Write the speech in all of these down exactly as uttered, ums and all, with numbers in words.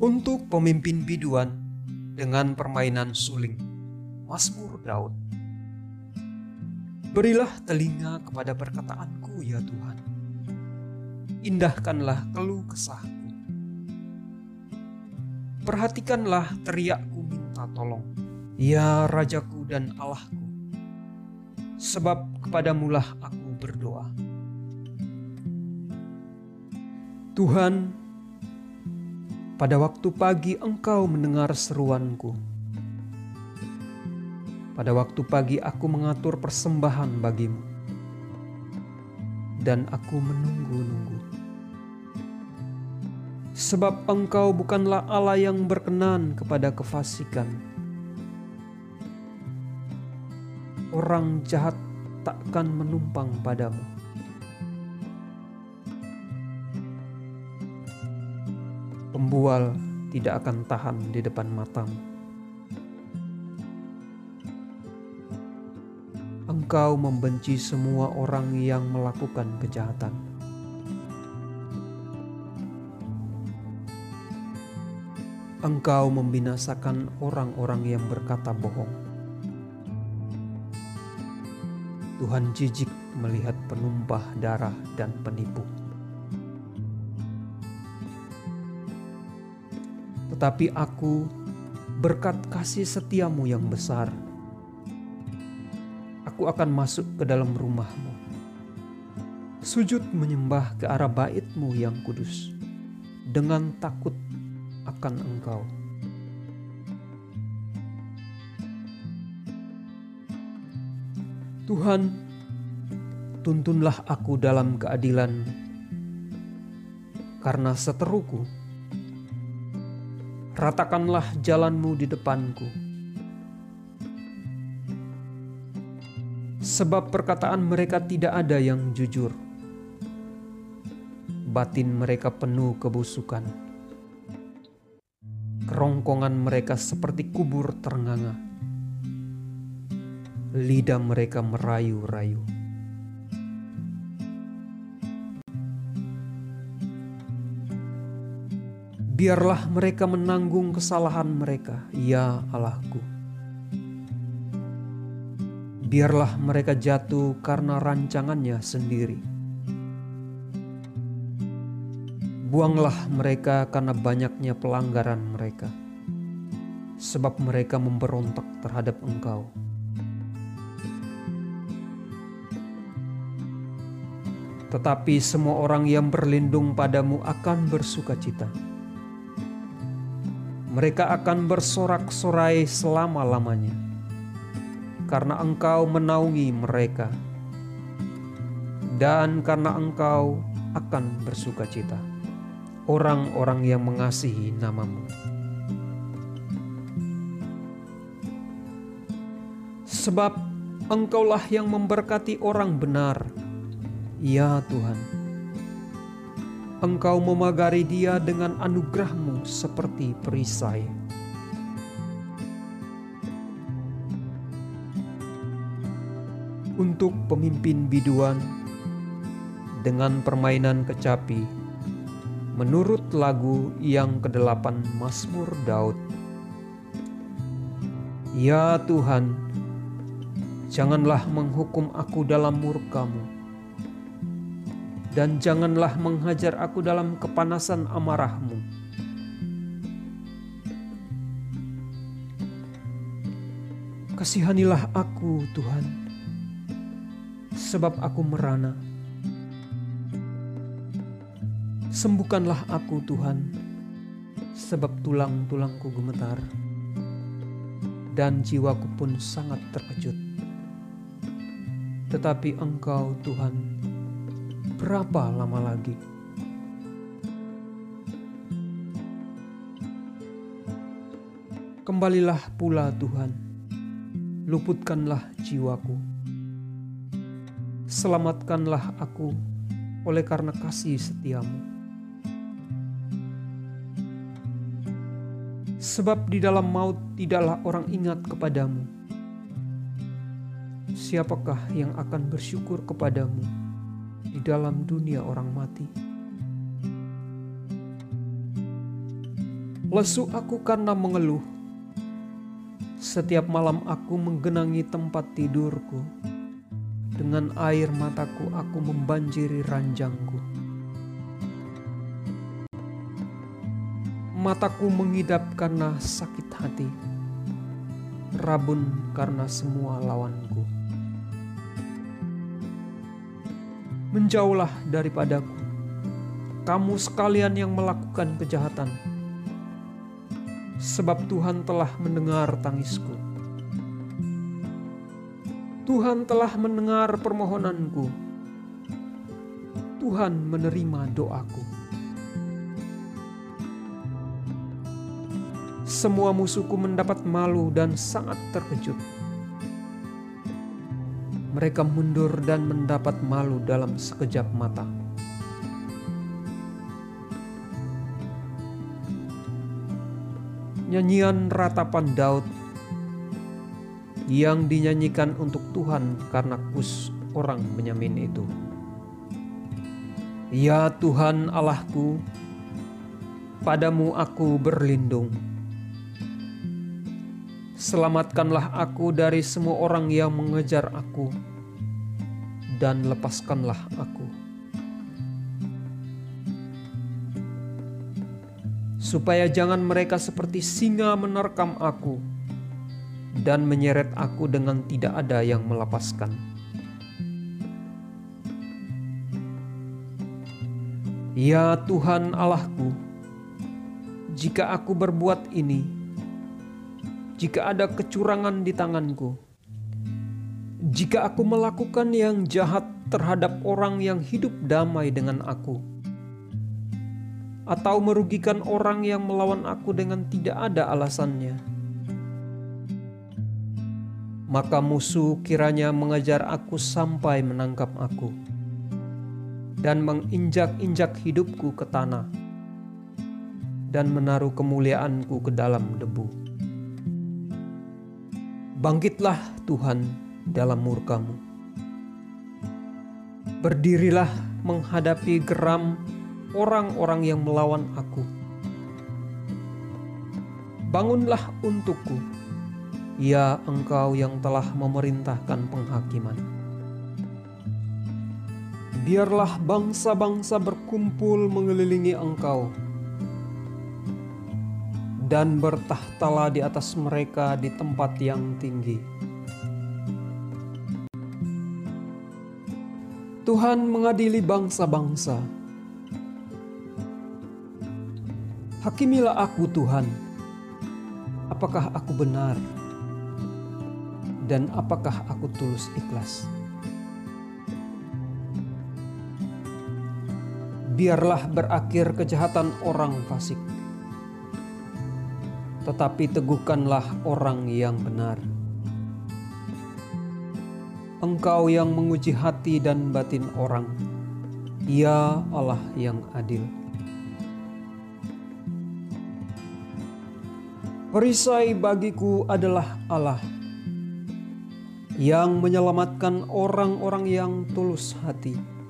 Untuk pemimpin biduan dengan permainan suling, Mazmur Daud. Berilah telinga kepada perkataanku ya Tuhan, indahkanlah keluh kesahku. Perhatikanlah teriakku minta tolong, ya Rajaku dan Allahku, sebab kepadamulah aku berdoa. Tuhan, pada waktu pagi Engkau mendengar seruanku. Pada waktu pagi aku mengatur persembahan bagimu, dan aku menunggu-nunggu. Sebab Engkau bukanlah Allah yang berkenan kepada kefasikan. Orang jahat takkan menumpang padamu. Pembual tidak akan tahan di depan matamu. Engkau membenci semua orang yang melakukan kejahatan. Engkau membinasakan orang-orang yang berkata bohong. Tuhan jijik melihat penumpah darah dan penipu. Tetapi aku, berkat kasih setiamu yang besar, aku akan masuk ke dalam rumahmu, sujud menyembah ke arah baitmu yang kudus, dengan takut akan Engkau. Tuhan, tuntunlah aku dalam keadilan karena seteruku. Ratakanlah jalanmu di depanku. Sebab perkataan mereka tidak ada yang jujur. Batin mereka penuh kebusukan. Kerongkongan mereka seperti kubur ternganga. Lidah mereka merayu-rayu. Biarlah mereka menanggung kesalahan mereka, ya Allahku. Biarlah mereka jatuh karena rancangannya sendiri. Buanglah mereka karena banyaknya pelanggaran mereka, sebab mereka memberontak terhadap Engkau. Tetapi semua orang yang berlindung padamu akan bersukacita. Mereka akan bersorak-sorai selama-lamanya, karena Engkau menaungi mereka, dan karena Engkau akan bersukacita, orang-orang yang mengasihi nama-Mu. Sebab Engkaulah yang memberkati orang benar, ya Tuhan. Engkau memagari dia dengan anugerah-Mu seperti perisai. Untuk pemimpin biduan dengan permainan kecapi, menurut lagu yang kedelapan Mazmur Daud. Ya Tuhan, janganlah menghukum aku dalam murka-Mu, dan janganlah menghajar aku dalam kepanasan amarah-Mu. Kasihanilah aku, Tuhan, sebab aku merana. Sembuhkanlah aku, Tuhan, sebab tulang-tulangku gemetar, dan jiwaku pun sangat terkejut. Tetapi Engkau, Tuhan, berapa lama lagi? Kembalilah pula Tuhan, luputkanlah jiwaku. Selamatkanlah aku oleh karena kasih setiamu. Sebab di dalam maut tidaklah orang ingat kepadamu. Siapakah yang akan bersyukur kepadamu di dalam dunia orang mati? Lesu aku karena mengeluh. Setiap malam aku menggenangi tempat tidurku. Dengan air mataku aku membanjiri ranjangku. Mataku mengidap karena sakit hati. Rabun karena semua lawanku. Menjauhlah daripadaku, kamu sekalian yang melakukan kejahatan. Sebab Tuhan telah mendengar tangisku. Tuhan telah mendengar permohonanku. Tuhan menerima doaku. Semua musuhku mendapat malu dan sangat terkejut. Mereka mundur dan mendapat malu dalam sekejap mata. Nyanyian ratapan Daud yang dinyanyikan untuk Tuhan karena Kus orang Benyamin itu. Ya Tuhan Allahku, padamu aku berlindung. Selamatkanlah aku dari semua orang yang mengejar aku, dan lepaskanlah aku. Supaya jangan mereka seperti singa menerkam aku, dan menyeret aku dengan tidak ada yang melepaskan. Ya Tuhan Allahku, jika aku berbuat ini, jika ada kecurangan di tanganku, jika aku melakukan yang jahat terhadap orang yang hidup damai dengan aku, atau merugikan orang yang melawan aku dengan tidak ada alasannya, maka musuh kiranya mengejar aku sampai menangkap aku dan menginjak-injak hidupku ke tanah dan menaruh kemuliaanku ke dalam debu. Bangkitlah Tuhan dalam murka-Mu. Berdirilah menghadapi geram orang-orang yang melawan aku. Bangunlah untukku, ya Engkau yang telah memerintahkan penghakiman. Biarlah bangsa-bangsa berkumpul mengelilingi Engkau, dan bertahtalah di atas mereka di tempat yang tinggi. Tuhan mengadili bangsa-bangsa. Hakimilah aku Tuhan, apakah aku benar, dan apakah aku tulus ikhlas. Biarlah berakhir kejahatan orang fasik, tetapi teguhkanlah orang yang benar. Engkau yang menguji hati dan batin orang, ya Allah yang adil. Perisai bagiku adalah Allah yang menyelamatkan orang-orang yang tulus hati.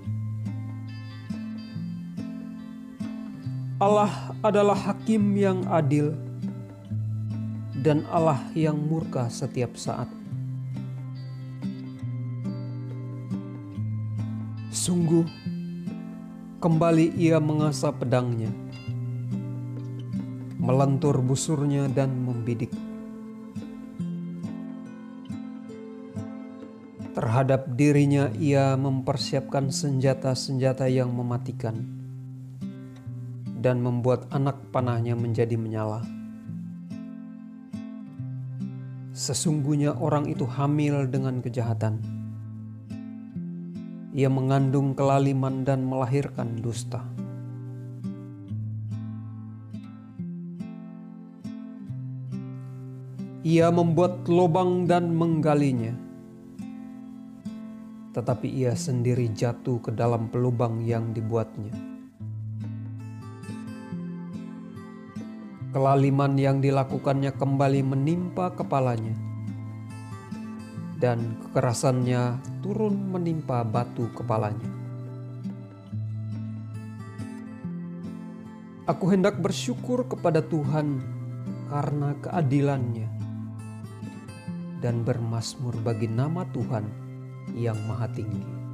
Allah adalah hakim yang adil dan Allah yang murka setiap saat. Sungguh, kembali ia mengasah pedangnya, melentur busurnya dan membidik. Terhadap dirinya ia mempersiapkan senjata-senjata yang mematikan dan membuat anak panahnya menjadi menyala. Sesungguhnya orang itu hamil dengan kejahatan. Ia mengandung kelaliman dan melahirkan dusta. Ia membuat lubang dan menggalinya, tetapi ia sendiri jatuh ke dalam pelubang yang dibuatnya. Kelaliman yang dilakukannya kembali menimpa kepalanya, dan kekerasannya turun menimpa batu kepalanya. Aku hendak bersyukur kepada Tuhan karena keadilan-Nya dan bermazmur bagi nama Tuhan yang Maha Tinggi.